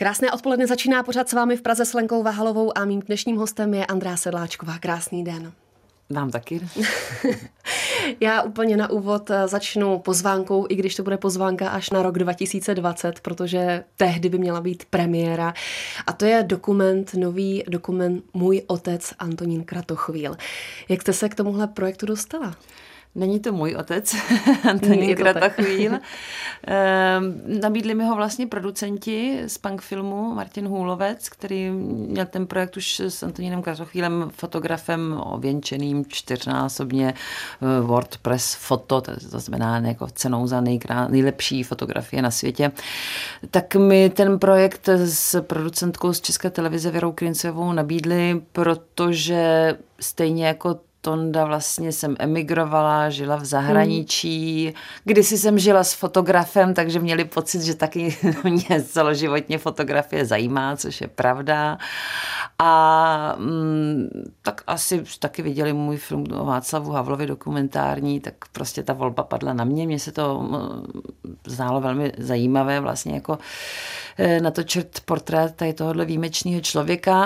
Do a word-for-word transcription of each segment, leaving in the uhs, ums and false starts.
Krásné odpoledne začíná pořad s vámi v Praze s Lenkou Vahalovou a mým dnešním hostem je Andrea Sedláčková. Krásný den. Vám taky. Já úplně na úvod začnu pozvánkou, i když to bude pozvánka až na rok dva tisíce dvacet, protože tehdy by měla být premiéra. A to je dokument, nový dokument Můj otec Antonín Kratochvíl. Jak jste se k tomuhle projektu dostala? Není to můj otec, Antonín Kratochvíl. Nabídli mi ho vlastně producenti z punk filmu, Martin Hůlovec, který měl ten projekt už s Antonínem Kratochvílem, fotografem ověnčeným čtyřnásobně WordPress foto, to znamená jako cenou za nejkrá, nejlepší fotografie na světě. Tak mi ten projekt s producentkou z České televize Věrou Krincovou nabídli, protože stejně jako Tonda vlastně jsem emigrovala, žila v zahraničí. Hmm. Kdysi jsem žila s fotografem, takže měli pocit, že taky mě celoživotně fotografie zajímá, což je pravda. A mm, tak asi taky viděli můj film o Václavu Havlovi dokumentární, tak prostě ta volba padla na mě. Mně se to zdálo velmi zajímavé vlastně jako natočit portrét tady tohohle výjimečného člověka.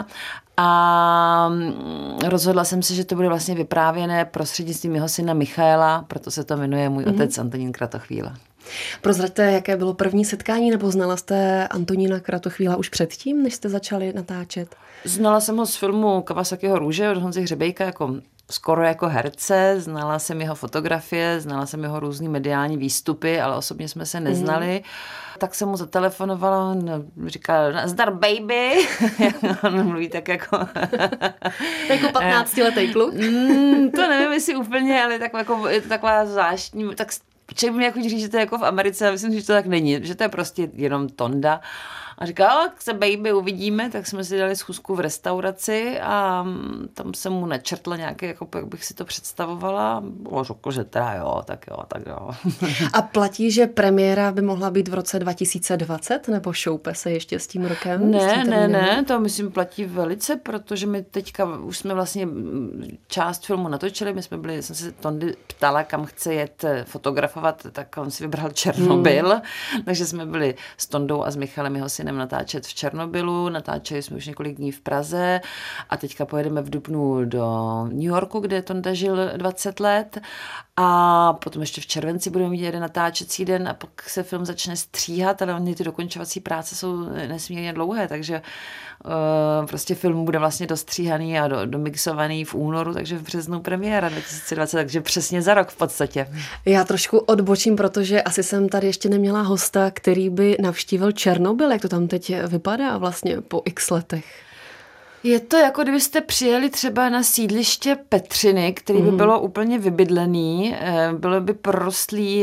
A rozhodla jsem se, že to bude vlastně vyprávěné prostřednictvím jeho syna Michaela, proto se to jmenuje Můj otec mm-hmm. Antonín Kratochvíl. Prozraďte, jaké bylo první setkání, nebo znala jste Antonína Kratochvíla už předtím, než jste začali natáčet? Znala jsem ho z filmu Kawasakiho Růže od Honzy Hřebejka jako skoro jako herce, znala jsem jeho fotografie, znala jsem jeho různý mediální výstupy, ale osobně jsme se neznali. Mm. Tak jsem mu zatelefonovala, on říkal, nazdar baby. On mluví tak jako... jako patnáctiletý kluk? mm, to nevím, jestli úplně, ale tak, jako, je to taková zvláštní... Tak člověk mi jako říct, že to je jako v Americe, a myslím, že to tak není, že to je prostě jenom Tonda. A říkal, jak se baby uvidíme, tak jsme si dali schůzku v restauraci a tam jsem mu načrtla nějaké, jako jak bych si to představovala. Bylo řekl, že teda jo, tak jo, tak jo. A platí, že premiéra by mohla být v roce dva tisíce dvacet, nebo šoupe se ještě s tím rokem? Ne, tím ne, ne, to myslím platí velice, protože my teďka už jsme vlastně část filmu natočili, my jsme byli, jsem se Tondy ptala, kam chce jet fotografovat, tak on si vybral Černobyl, hmm. takže jsme byli s Tondou a s Michalem, jeho synem, natáčet v Černobylu, natáčeli jsme už několik dní v Praze a teďka pojedeme v dubnu do New Yorku, kde Tonda žil dvacet let a potom ještě v červenci budeme mít jeden natáčecí den a pak se film začne stříhat, ale ony ty dokončovací práce jsou nesmírně dlouhé, takže uh, prostě film bude vlastně dostříhaný a do, domixovaný v únoru, takže v březnu premiéra dva tisíce dvacet, takže přesně za rok v podstatě. Já trošku odbočím, protože asi jsem tady ještě neměla hosta, který by navštívil Černobyl, jak to tam teď vypadá vlastně po x letech. Je to jako kdybyste přijeli třeba na sídliště Petřiny, který by bylo úplně vybydlený, bylo by porostlý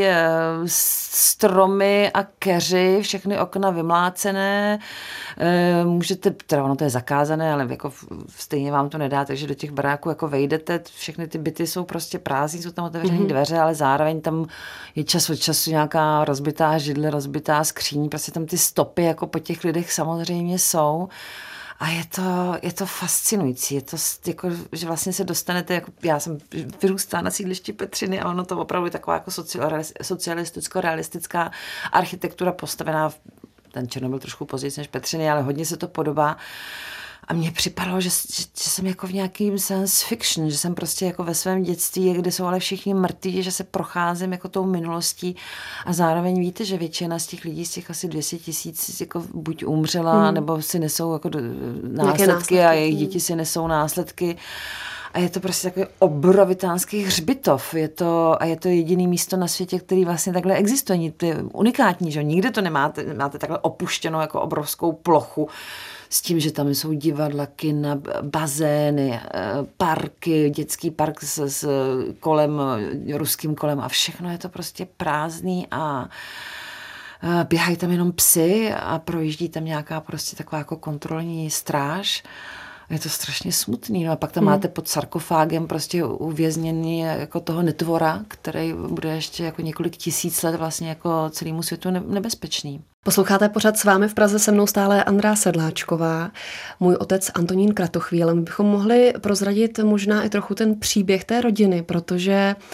stromy a keři, všechny okna vymlácené, můžete, teda ono to je zakázané, ale jako stejně vám to nedá, takže do těch baráků jako vejdete, všechny ty byty jsou prostě prázdný, jsou tam otevřené mm-hmm. dveře, ale zároveň tam je čas od času nějaká rozbitá židle, rozbitá skříň, prostě tam ty stopy jako po těch lidech samozřejmě jsou. A je to, je to fascinující, je to jako, že vlastně se dostanete, jako já jsem vyrůstala na sídlišti Petřiny a ono to opravdu je taková jako socialisticko-realistická architektura postavená, ten Černobyl trošku později než Petřiny, ale hodně se to podobá. A mně připadalo, že, že, že jsem jako v nějakým science fiction, že jsem prostě jako ve svém dětství, kde jsou ale všichni mrtví, že se procházím jako tou minulostí a zároveň víte, že většina z těch lidí, z těch asi dvě stě tisíc jako buď umřela, hmm. nebo si nesou jako následky, následky a jejich děti si nesou následky. A je to prostě takový obrovitánský hřbitov. Je to, a je to jediný místo na světě, který vlastně takhle existuje. To je unikátní, že nikde to nemáte. Máte takhle opuštěnou jako obrovskou plochu s tím, že tam jsou divadla, kina, bazény, parky, dětský park s, s kolem, ruským kolem a všechno je to prostě prázdný a běhají tam jenom psy a projíždí tam nějaká prostě taková jako kontrolní stráž. Je to strašně smutný. No a pak tam hmm. máte pod sarkofágem prostě uvězněný jako toho netvora, který bude ještě jako několik tisíc let vlastně jako celému světu nebezpečný. Posloucháte pořad s vámi v Praze, se mnou stále Andrea Sedláčková, můj otec Antonín Kratochvíl. My bychom mohli prozradit možná i trochu ten příběh té rodiny, protože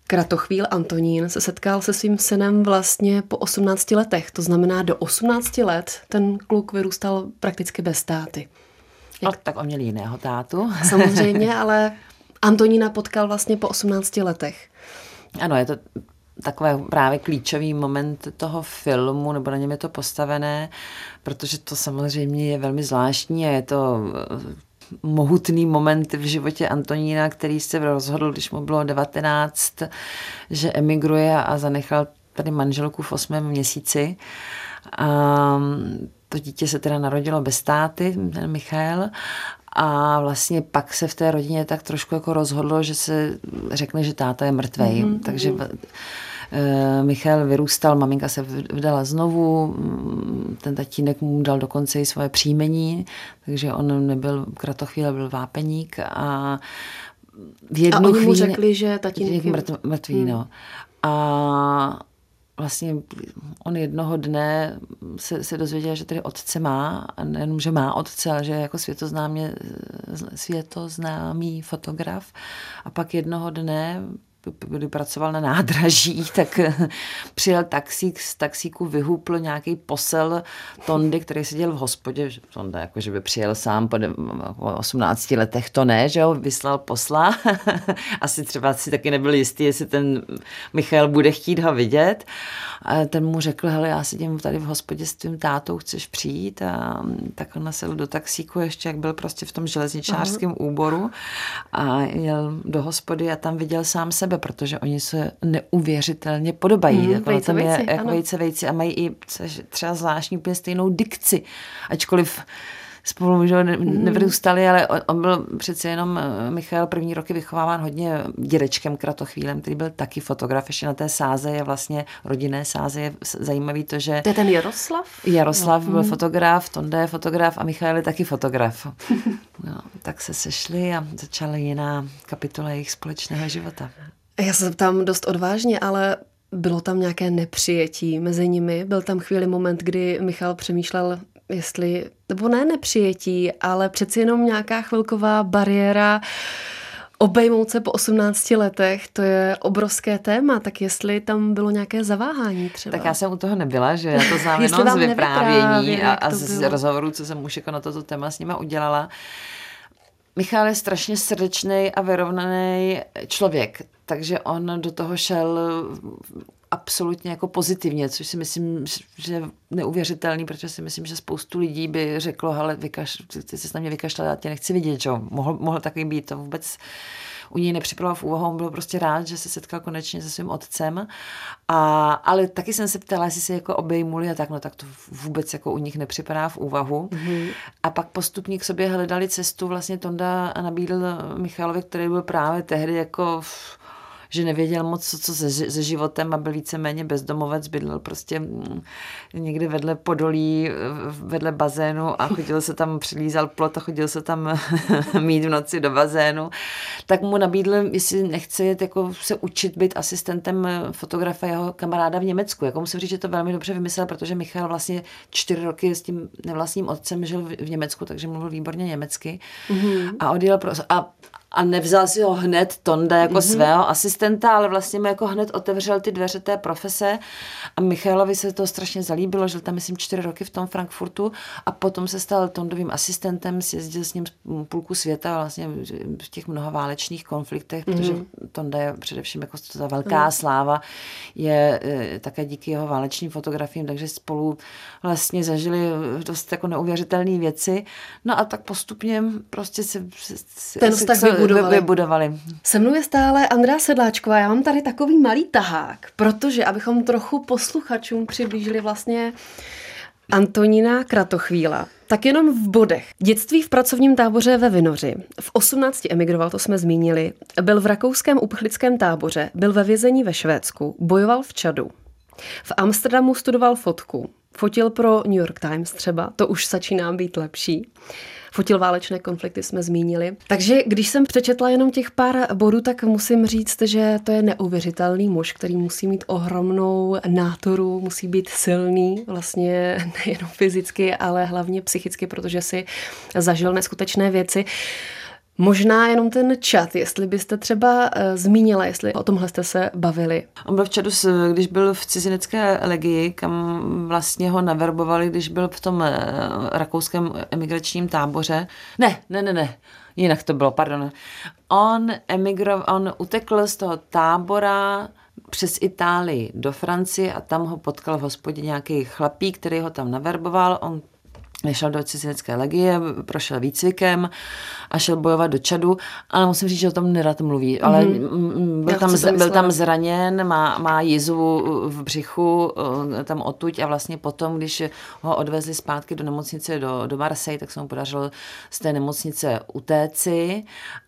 Kratochvíl Antonín se setkal se svým synem vlastně po osmnácti letech. To znamená, do osmnácti let ten kluk vyrůstal prakticky bez táty. Jak... No, tak on měl jiného tátu. Samozřejmě, ale Antonína potkal vlastně po osmnácti letech. Ano, je to takový právě klíčový moment toho filmu, nebo na něm je to postavené, protože to samozřejmě je velmi zvláštní a je to mohutný moment v životě Antonína, který se rozhodl, když mu bylo devatenáct, že emigruje a zanechal tady manželku v osmém měsíci. A to dítě se teda narodilo bez táty, ten Michael, a vlastně pak se v té rodině tak trošku jako rozhodlo, že se řekne, že táta je mrtvej. Mm-hmm. Takže e, Michael vyrůstal, maminka se vdala znovu, ten tatínek mu dal dokonce i svoje příjmení, takže on nebyl Kratochvíl, byl Vápeník a v jednu a oni chvíli, mu řekli, že tatínek je mrtv, mrtvý. Hmm. No. A vlastně on jednoho dne se, se dozvěděl, že tedy otce má, a nejenom, že má otce, ale že je jako světoznámě, světoznámý fotograf. A pak jednoho dne, kdy pracoval na nádraží, tak přijel taxík, z taxíku vyhupl nějaký posel Tondy, který seděl v hospodě. Tonda, jako že by přijel sám po osmnácti letech, to ne, že ho vyslal posla. Asi třeba si taky nebyl jistý, jestli ten Michal bude chtít ho vidět. A ten mu řekl, hele, já sedím tady v hospodě s tvým tátou, chceš přijít? A tak on nasedl do taxíku ještě, jak byl prostě v tom železničářském uh-huh. úboru a jel do hospody a tam viděl sám sebe, protože oni se neuvěřitelně podobají. Mm, jako vejce, tam je vejci, jako ano. vejce, vejci a mají i třeba zvláštní úplně stejnou dikci. Ačkoliv spolu že ne, nevyrůstali, ale on, on byl přece jenom Michal první roky vychováván hodně dědečkem Kratochvílem, který byl taky fotograf. Ještě na té sáze je vlastně rodinné sáze je zajímavý to, že... To je ten Jaroslav? Jaroslav no. byl fotograf, Tonda je fotograf a Michal je taky fotograf. No, tak se sešli a začala jiná kapitola jejich společného života. Já se ptám dost odvážně, ale bylo tam nějaké nepřijetí mezi nimi? Byl tam chvíli moment, kdy Michal přemýšlel, jestli, nebo ne nepřijetí, ale přeci jenom nějaká chvilková bariéra obejmout se po osmnácti letech, to je obrovské téma, tak jestli tam bylo nějaké zaváhání třeba. Tak já jsem u toho nebyla, že já to znám jenom z vyprávění a, a z rozhovorů, co jsem už jako na toto téma s nima udělala. Michal je strašně srdečnej a vyrovnaný člověk, takže on do toho šel absolutně jako pozitivně, což si myslím, že je neuvěřitelný, protože si myslím, že spoustu lidí by řeklo, hele, vykaš, ty jsi na mě vykašlal, já tě nechci vidět, že mohl, mohl takový být, to vůbec u něj nepřipadalo v úvahu, on byl prostě rád, že se setkal konečně se svým otcem, a, ale taky jsem se ptala, jestli se jako obejmuli a tak, no tak to vůbec jako u nich nepřipadá v úvahu. Mm-hmm. A pak postupně k sobě hledali cestu, vlastně Tonda nabídl Michalovi, který byl právě tehdy jako že nevěděl moc, co, co se, se životem a byl víceméně bezdomovec, bydlel prostě někde vedle podolí, vedle bazénu a chodil se tam, přilízal plot a chodil se tam mít v noci do bazénu, tak mu nabídl, jestli nechce jet, jako se učit být asistentem fotografa jeho kamaráda v Německu. Jako musím říct, že to velmi dobře vymyslel, protože Michal vlastně čtyři roky s tím nevlastním otcem žil v Německu, takže mluvil výborně německy. Mm-hmm. A odjel pro, a A nevzal si ho hned Tonda jako mm-hmm. svého asistenta, ale vlastně mu jako hned otevřel ty dveře té profese a Michalovi se to strašně zalíbilo, žil tam myslím čtyři roky v tom Frankfurtu a potom se stal Tondovým asistentem, sjezdil s ním půlku světa vlastně v těch mnoha válečných konfliktech, mm-hmm. protože Tonda je především jako ta velká mm. sláva, je e, také díky jeho válečným fotografiím, takže spolu vlastně zažili dost jako neuvěřitelné věci. No a tak postupně prostě se, se ten vztah vybudovali. vybudovali. Se mnou je stále Andrea Sedláčková. Já mám tady takový malý tahák, protože abychom trochu posluchačům přiblížili vlastně Antonína Kratochvíla, tak jenom v bodech. Dětství v pracovním táboře ve Vinoři. V osmnácti emigroval, to jsme zmínili. Byl v rakouském uprchlickém táboře, byl ve vězení ve Švédsku, bojoval v Čadu. V Amsterdamu studoval fotku. Fotil pro New York Times třeba, to už začíná být lepší. Fotil válečné konflikty, jsme zmínili. Takže když jsem přečetla jenom těch pár bodů, tak musím říct, že to je neuvěřitelný muž, který musí mít ohromnou nátoru, musí být silný, vlastně nejenom fyzicky, ale hlavně psychicky, protože si zažil neskutečné věci. Možná jenom ten Čad, jestli byste třeba uh, zmínila, jestli o tomhle jste se bavili. On byl v Čadu, když byl v cizinecké legii, kam vlastně ho naverbovali, když byl v tom rakouském emigračním táboře. Ne, ne, ne, ne, jinak to bylo, pardon. On emigroval, on utekl z toho tábora přes Itálii do Francie a tam ho potkal v hospodě nějaký chlapík, který ho tam naverboval. On nešel do cizinecké legie, prošel výcvikem a šel bojovat do Čadu, ale musím říct, že o tom nerad mluví, ale mm-hmm. byl, tam, byl tam zraněn, má, má jizvu v břichu, tam odtuď a vlastně potom, když ho odvezli zpátky do nemocnice do, do Marseille, tak se mu podařilo z té nemocnice utéci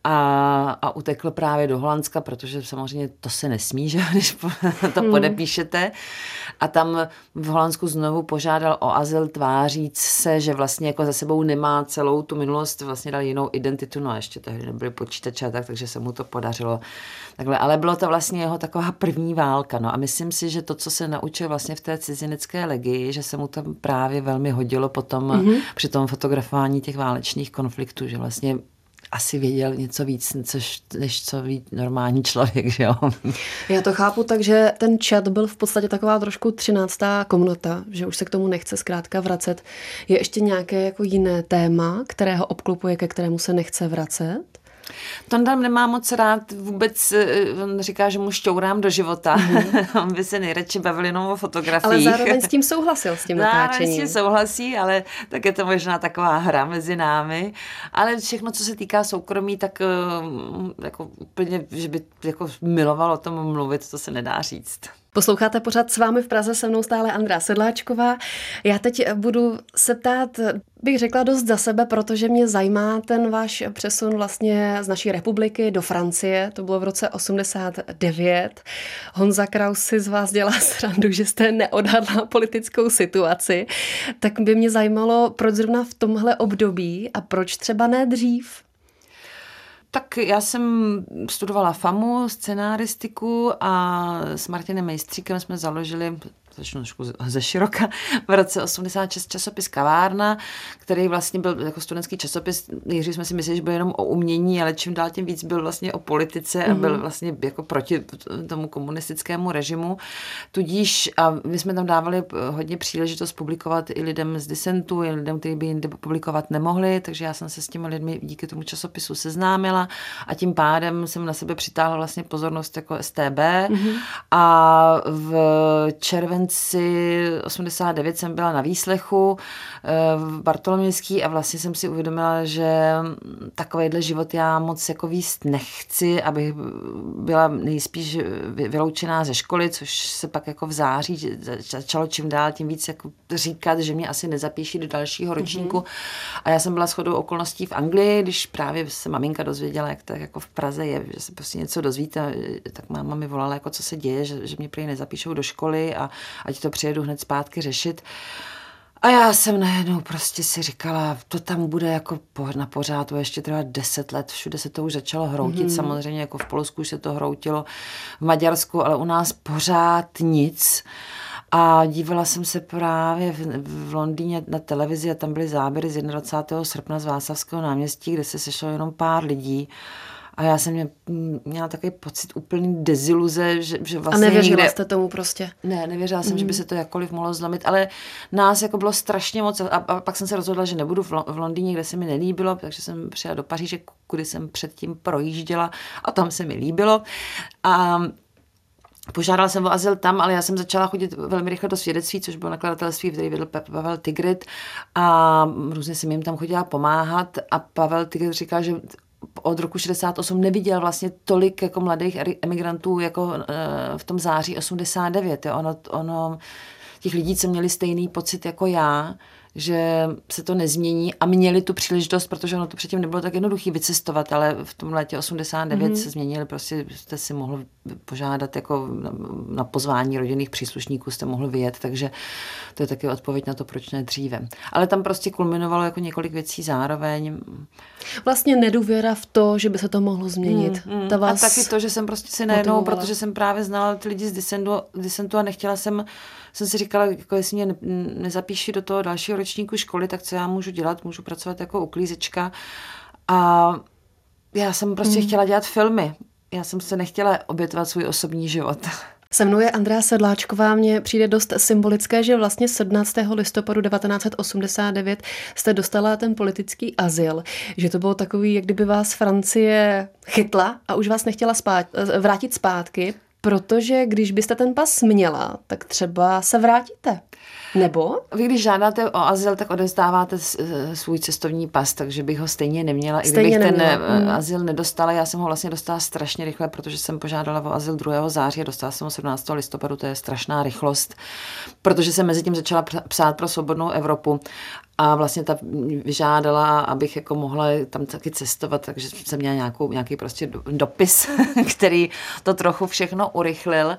a, a utekl právě do Holandska, protože samozřejmě to se nesmí, že když to mm. podepíšete. A tam v Holandsku znovu požádal o azyl tváříc se, že vlastně jako za sebou nemá celou tu minulost, vlastně dal jinou identitu, no a ještě tehdy nebyly počítače a tak, takže se mu to podařilo takhle. Ale bylo to vlastně jeho taková první válka, no a myslím si, že to, co se naučil vlastně v té cizinecké legii, že se mu tam právě velmi hodilo potom mm-hmm. při tom fotografování těch válečných konfliktů, že vlastně asi věděl něco víc, což, než co ví normální člověk, že jo. Já to chápu tak, že ten Čad byl v podstatě taková trošku třináctá komnata, že už se k tomu nechce zkrátka vracet. Je ještě nějaké jako jiné téma, které ho obklopuje, ke kterému se nechce vracet? Tonda nemá moc rád vůbec, on říká, že mu šťourám do života. Mm-hmm. On by se nejradši bavil jenom o fotografiích. Ale zároveň s tím souhlasil, s tím natáčením. Zároveň s tím souhlasí, ale tak je to možná taková hra mezi námi. Ale všechno, co se týká soukromí, tak jako úplně, že by jako miloval o tom mluvit, to se nedá říct. Posloucháte pořád S vámi v Praze, se mnou stále Andrea Sedláčková. Já teď budu se ptát, bych řekla dost za sebe, protože mě zajímá ten váš přesun vlastně z naší republiky do Francie. To bylo v roce osmdesát devět. Honza Kraus si z vás dělá srandu, že jste neodhadla politickou situaci. Tak by mě zajímalo, proč zrovna v tomhle období a proč třeba ne dřív? Tak já jsem studovala FAMu, scenáristiku a s Martinem Mejstříkem jsme založili, začnu trošku ze široka, v roce osmdesát šest časopis Kavárna, který vlastně byl jako studentský časopis. Nejdřív jsme si mysleli, že byl jenom o umění, ale čím dál tím víc byl vlastně o politice a byl vlastně jako proti tomu komunistickému režimu. Tudíž a my jsme tam dávali hodně příležitost publikovat i lidem z disentu, i lidem, kteří by jinde publikovat nemohli, takže já jsem se s těmi lidmi díky tomu časopisu seznámila a tím pádem jsem na sebe přitáhla vlastně pozornost jako S T B mm-hmm. a v červenci osmdesát devět jsem byla na výslechu v Bartolomějský a vlastně jsem si uvědomila, že takovejhle život já moc jako víc nechci, abych byla nejspíš vyloučená ze školy, což se pak jako v září začalo čím dál tím víc jako říkat, že mě asi nezapíší do dalšího ročníku. Mm-hmm. A já jsem byla shodou okolností v Anglii, když právě se maminka dozvěděla, jak to jako v Praze je, že se prostě něco dozvíte, tak máma mi volala, jako co se děje, že, že mě prý nezapíšou do školy a ať to přijedu hned zpátky řešit. A já jsem najednou prostě si říkala, to tam bude jako na pořád, to ještě trvá deset let, všude se to už začalo hroutit, mm-hmm. samozřejmě jako v Polsku už se to hroutilo, v Maďarsku, ale u nás pořád nic. A dívala jsem se právě v, v Londýně na televizi a tam byly záběry z dvacátého prvního srpna z Václavského náměstí, kde se sešlo jenom pár lidí. A já jsem mě, měla takový pocit úplný deziluze, že, že vlastně... A nevěřila někde... jste tomu prostě? Ne, nevěřila jsem, mm. že by Mhm. se to jakkoliv mohlo zlomit, ale nás jako bylo strašně moc a, a pak jsem se rozhodla, že nebudu v, Lo- v Londýně, kde se mi nelíbilo, takže jsem přijela do Paříže, kudy jsem předtím projížděla a tam se mi líbilo. A požádala jsem o azyl tam, ale já jsem začala chodit velmi rychle do svědectví, což bylo nakladatelství, který vedl Pavel Tigrit a různě jsem jim tam chodila pomáhat a Pavel Tigrit říkal, že od roku šedesát osm neviděl vlastně tolik jako mladých emigrantů jako v tom září osmdesát devět. Jo. Ono, ono, těch lidí, co měli stejný pocit jako já, že se to nezmění a měli tu příležitost, protože ono to předtím nebylo tak jednoduchý vycestovat, ale v tom létě osmdesát devět mm-hmm. se změnili, prostě jste si mohl požádat jako na, na pozvání rodinných příslušníků, jste mohl vyjet, takže to je taky odpověď na to, proč ne dříve. Ale tam prostě kulminovalo jako několik věcí zároveň. Vlastně nedůvěra v to, že by se to mohlo změnit. Mm, mm. Ta vás a taky to, že jsem prostě si najednou, motivovala. protože jsem právě znala ty lidi z disentu, disentu a nechtěla jsem, jsem si říkala, jako jestli mě ne, nezapíši do toho dalšího ročníku školy, tak co já můžu dělat? Můžu pracovat jako uklízečka. A já jsem prostě hmm. chtěla dělat filmy. Já jsem se nechtěla obětovat svůj osobní život. Se mnou je Andrea Sedláčková. Mně přijde dost symbolické, že vlastně sedmnáctého listopadu devatenáct set osmdesát devět jste dostala ten politický azyl. Že to bylo takový, jak kdyby vás Francie chytla a už vás nechtěla spát, vrátit zpátky, protože když byste ten pas měla, tak třeba se vrátíte. Nebo? Vy, když žádáte o azyl, tak odevzdáváte svůj cestovní pas, takže bych ho stejně neměla. Stejně I kdybych neměla. ten mm. azyl nedostala, já jsem ho vlastně dostala strašně rychle, protože jsem požádala o azyl druhého září a dostala jsem ho sedmnáctého listopadu, to je strašná rychlost, protože jsem mezi tím začala psát pro Svobodnou Evropu a vlastně ta vyžádala, abych jako mohla tam taky cestovat, takže jsem měla nějakou, nějaký prostě dopis, který to trochu všechno urychlil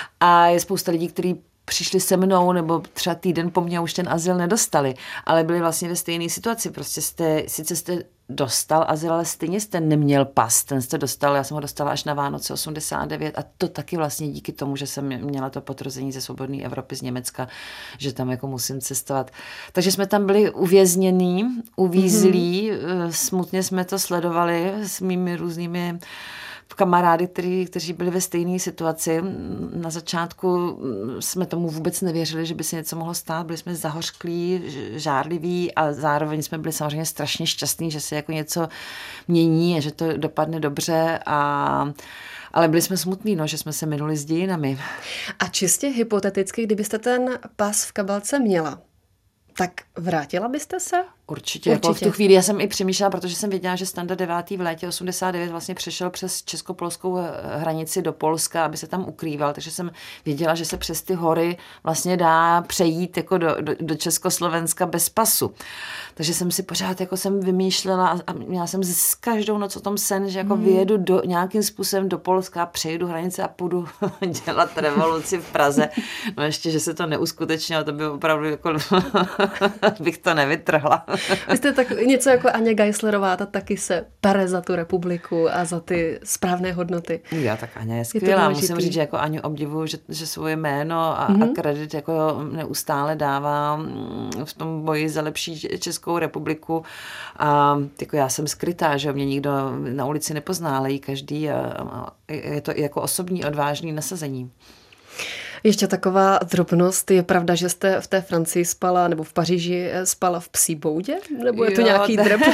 a je spousta lidí, kteří přišli se mnou, nebo třeba týden po mně už ten azyl nedostali, ale byli vlastně ve stejné situaci. Prostě jste, sice jste dostal azyl, ale stejně jste neměl pas. Ten jste dostal, já jsem ho dostala až na Vánoce osmdesát devět a to taky vlastně díky tomu, že jsem měla to potvrzení ze Svobodné Evropy z Německa, že tam jako musím cestovat. Takže jsme tam byli uvěznění, uvízlí, mm-hmm. smutně jsme to sledovali s mými různými kamarády, který, kteří byli ve stejné situaci. Na začátku jsme tomu vůbec nevěřili, že by se něco mohlo stát. Byli jsme zahořklí, žárliví a zároveň jsme byli samozřejmě strašně šťastní, že se jako něco mění a že to dopadne dobře. A ale byli jsme smutní, no, že jsme se minuli s dějinami. A čistě hypoteticky, kdybyste ten pas v kabelce měla, tak vrátila byste se? Určitě, Určitě. Jako v tu chvíli já jsem i přemýšlela, protože jsem věděla, že Standa devátý v létě osmdesát devět vlastně přešel přes česko-polskou hranici do Polska, aby se tam ukrýval, takže jsem věděla, že se přes ty hory vlastně dá přejít jako do, do, do Československa bez pasu. Takže jsem si pořád jako jsem vymýšlela a, a měla jsem s každou noc o tom sen, že jako hmm. vyjedu do, nějakým způsobem do Polska, přejdu hranice a půjdu dělat revoluci v Praze. No ještě, že se to neuskutečnilo, to by opravdu jako bych to nevytrhla. Vy jste tak něco jako Aně Geislerová, ta taky se pere za tu republiku a za ty správné hodnoty. Já tak Aně je skvělá. Je Musím říct, že jako Aňu obdivuju, že, že svoje jméno a, mm-hmm. a kredit jako neustále dává v tom boji za lepší Českou republiku. A jako já jsem skrytá, že mě nikdo na ulici nepozná, ale jí každý a, a je to jako osobní odvážný nasazení. Ještě taková drobnost, je pravda, že jste v té Francii spala, nebo v Paříži spala v psí boudě? Nebo je to jo, nějaký to... drb?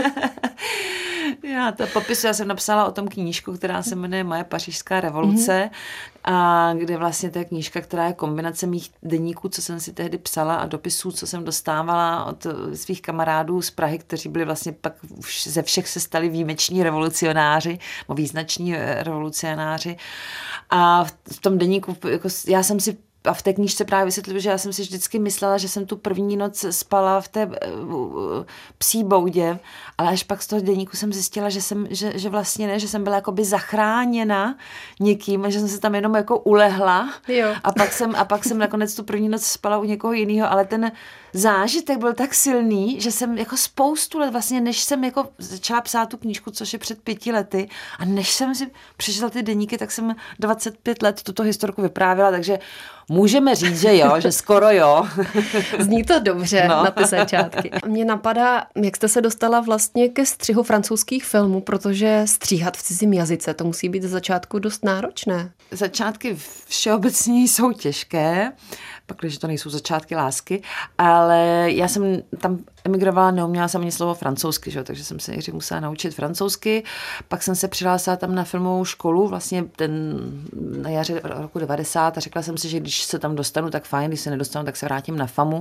Já to popisu, já jsem napsala o tom knížku, která se jmenuje Moje pařížská revoluce, mm-hmm. a kde vlastně to je knížka, která je kombinace mých deníků, co jsem si tehdy psala a dopisů, co jsem dostávala od svých kamarádů z Prahy, kteří byli vlastně pak už ze všech se stali výjimeční revolucionáři, nebo význační revolucionáři. A v tom deníku, jako já jsem si a v té knížce právě vysvětluji, že já jsem si vždycky myslela, že jsem tu první noc spala v té uh, psí boudě, ale až pak z toho deníku jsem zjistila, že, jsem, že, že vlastně ne, že jsem byla jakoby zachráněna někým, že jsem se tam jenom jako ulehla jo. a pak jsem a pak jsem nakonec tu první noc spala u někoho jiného, ale ten zážitek byl tak silný, že jsem jako spoustu let vlastně, než jsem jako začala psát tu knížku, což je před pěti lety, a než jsem si přečetla ty deníky, tak jsem dvacet pět let tuto historku vyprávěla, takže můžeme říct, že jo, že skoro jo. Zní to dobře no. na ty začátky. Mně napadá, jak jste se dostala vlastně ke střihu francouzských filmů, protože stříhat v cizím jazyce, to musí být ze začátku dost náročné. Začátky všeobecně jsou těžké, pak, když to nejsou začátky lásky, ale já jsem tam emigrovala, neuměla jsem ani slovo francouzsky, že? Takže jsem se nejdřív musela naučit francouzsky, pak jsem se přihlásila tam na filmovou školu, vlastně ten na jaře roku devadesát a řekla jsem si, že když se tam dostanu, tak fajn, když se nedostanu, tak se vrátím na FAMu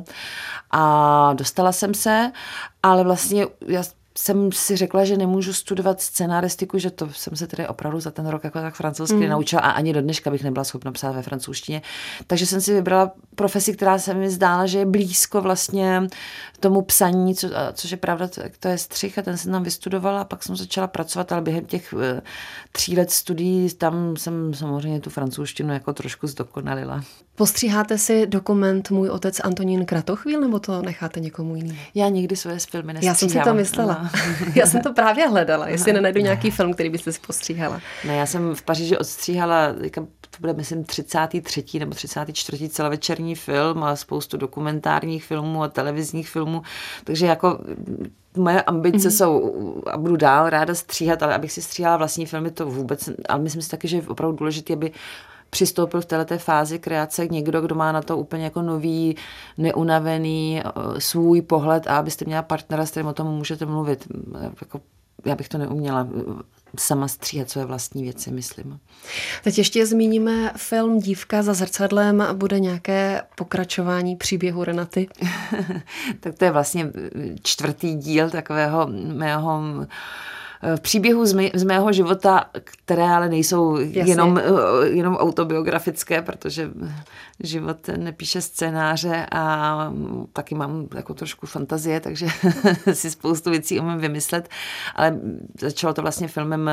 a dostala jsem se, ale vlastně já jsem si řekla, že nemůžu studovat scenaristiku, že to jsem se tedy opravdu za ten rok jako tak francouzsky mm. naučila a ani do dneška bych nebyla schopna psát ve francouzštině. Takže jsem si vybrala profesi, která se mi zdála, že je blízko vlastně tomu psaní, co, což je pravda, to, to je střih a ten jsem tam vystudovala a pak jsem začala pracovat, ale během těch uh, tří let studií tam jsem samozřejmě tu francouzštinu jako trošku zdokonalila. Postříháte si dokument Můj otec Antonín Kratochvíl, nebo to necháte někomu jiný? Já nikdy svoje filmy nestříhám. Já jsem si to myslela. No. Já jsem to právě hledala, jestli no. nenajdu nějaký film, který byste si postříhala. Ne, já jsem v Paříži odstříhala to bude, myslím, třicátý třetí nebo třicátý čtvrtý celovečerní film a spoustu dokumentárních filmů a televizních filmů, takže jako moje ambice mm-hmm. jsou, a budu dál ráda stříhat, ale abych si stříhala vlastní filmy, to vůbec, ale myslím si taky, že je opravdu důležité, aby přistoupil v této fázi kreace někdo, kdo má na to úplně jako nový, neunavený svůj pohled a abyste měla partnera, s kterým o tom můžete mluvit. Jako, já bych to neuměla sama stříhat své vlastní věci, myslím. Teď ještě zmíníme film Dívka za zrcadlem a bude nějaké pokračování příběhu Renaty? Tak to je vlastně čtvrtý díl takového mého příběhů z, mé, z mého života, které ale nejsou jenom, jenom autobiografické, protože život nepíše scénáře a taky mám jako trošku fantazie, takže si spoustu věcí umím vymyslet, ale začalo to vlastně filmem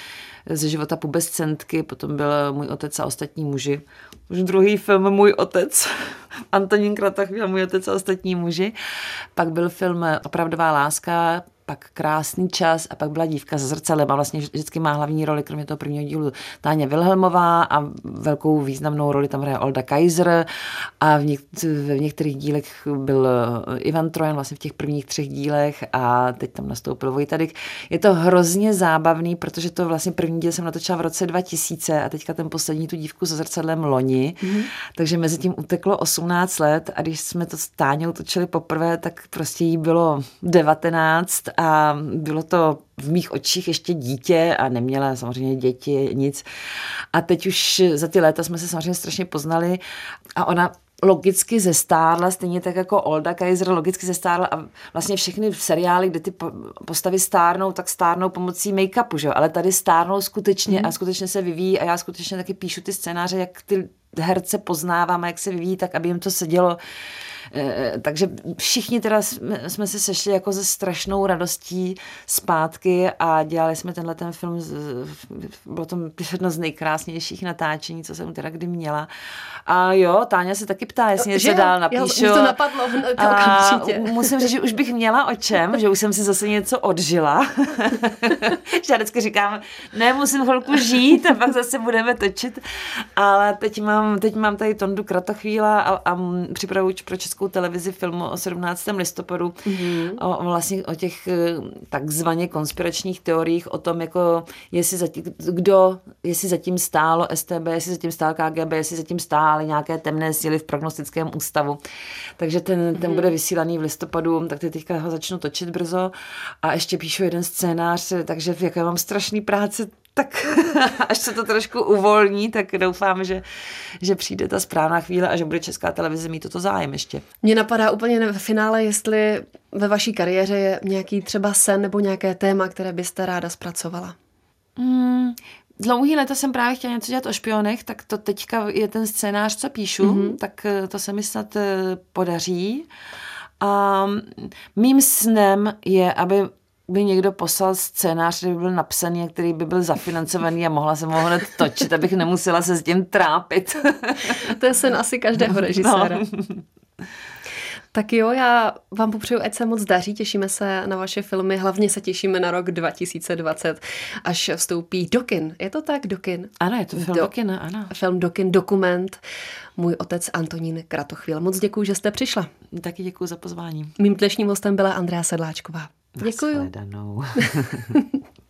ze života pubescentky, potom byl Můj otec a ostatní muži. Už druhý film Můj otec, Antonín Kratochvíl, Můj otec a ostatní muži. Pak byl film Opravdová láska, pak Krásný čas a pak byla Dívka za zrcadlem a vlastně vždycky má hlavní roli, kromě toho prvního dílu, Táňa Wilhelmová a velkou významnou roli tam hraje Olda Kaiser a v, něk- v některých dílech byl Ivan Trojan, vlastně v těch prvních třech dílech a teď tam nastoupil Vojtadyk. Je to hrozně zábavný, protože to vlastně první díl jsem natočila v roce dva tisíce a teďka ten poslední tu Dívku za zrcadlem loni, mm-hmm. takže mezi tím uteklo osmnáct let a když jsme to s Táňou točili poprvé, tak prostě jí bylo devatenáct a bylo to v mých očích ještě dítě a neměla samozřejmě děti, nic. A teď už za ty léta jsme se samozřejmě strašně poznali a ona logicky zestárla, stejně tak jako Olda Kaiser logicky zestárla a vlastně všechny seriály, kde ty postavy stárnou, tak stárnou pomocí make-upu, že jo? Ale tady stárnou skutečně mm. a skutečně se vyvíjí a já skutečně taky píšu ty scénáře, jak ty herce poznávám a jak se vyvíjí, tak aby jim to sedělo. Takže všichni teda jsme se sešli jako se strašnou radostí zpátky a dělali jsme tenhle ten film, bylo to jedno z nejkrásnějších natáčení, co jsem teda kdy měla. A jo, Táňa se taky ptá, jestli něco dál napíšu. Jo, to napadlo okamžitě. Musím říct, že už bych měla o čem, že už jsem si zase něco odžila. Že já vždycky říkám, ne, musím chvilku žít a pak zase budeme točit. Ale teď mám, teď mám tady Tondu Kratochvíla a, a připravuji pro Českou televizi filmu o sedmnáctého listopadu, mm-hmm. o, vlastně o těch takzvaně konspiračních teoriích, o tom, jako jestli zatím, kdo, jestli zatím stálo S T B, jestli zatím stál K G B, jestli zatím stály nějaké temné síly v prognostickém ústavu. Takže ten, mm-hmm. ten bude vysílaný v listopadu, tak teď teďka ho začnu točit brzo a ještě píšu jeden scénář, takže jaké mám strašný práce, tak až se to trošku uvolní, tak doufám, že, že přijde ta správná chvíle a že bude Česká televize mít toto zájem ještě. Mně napadá úplně v finále, jestli ve vaší kariéře je nějaký třeba sen nebo nějaké téma, které byste ráda zpracovala. Hmm, dlouhý léta jsem právě chtěla něco dělat o špionech, tak to teďka je ten scénář, co píšu, mm-hmm. tak to se mi snad podaří. A mým snem je, aby by někdo poslal scénář, který by byl napsaný a který by byl zafinancovaný a mohla jsem ho hned točit, abych nemusela se s tím trápit. To je sen asi každého režiséra. No. Tak jo, já vám popřeju, ať se moc daří, těšíme se na vaše filmy, hlavně se těšíme na rok dva tisíce dvacet, až vstoupí do kin. Je to tak, do kin? Ano, je to film do, do kin, ano. Film do kin, dokument, Můj otec Antonín Kratochvíl. Moc děkuju, že jste přišla. Taky děkuju za pozvání. Mým dnešním hostem byla Andrea Sedláčková. Děkuju. Nashledanou.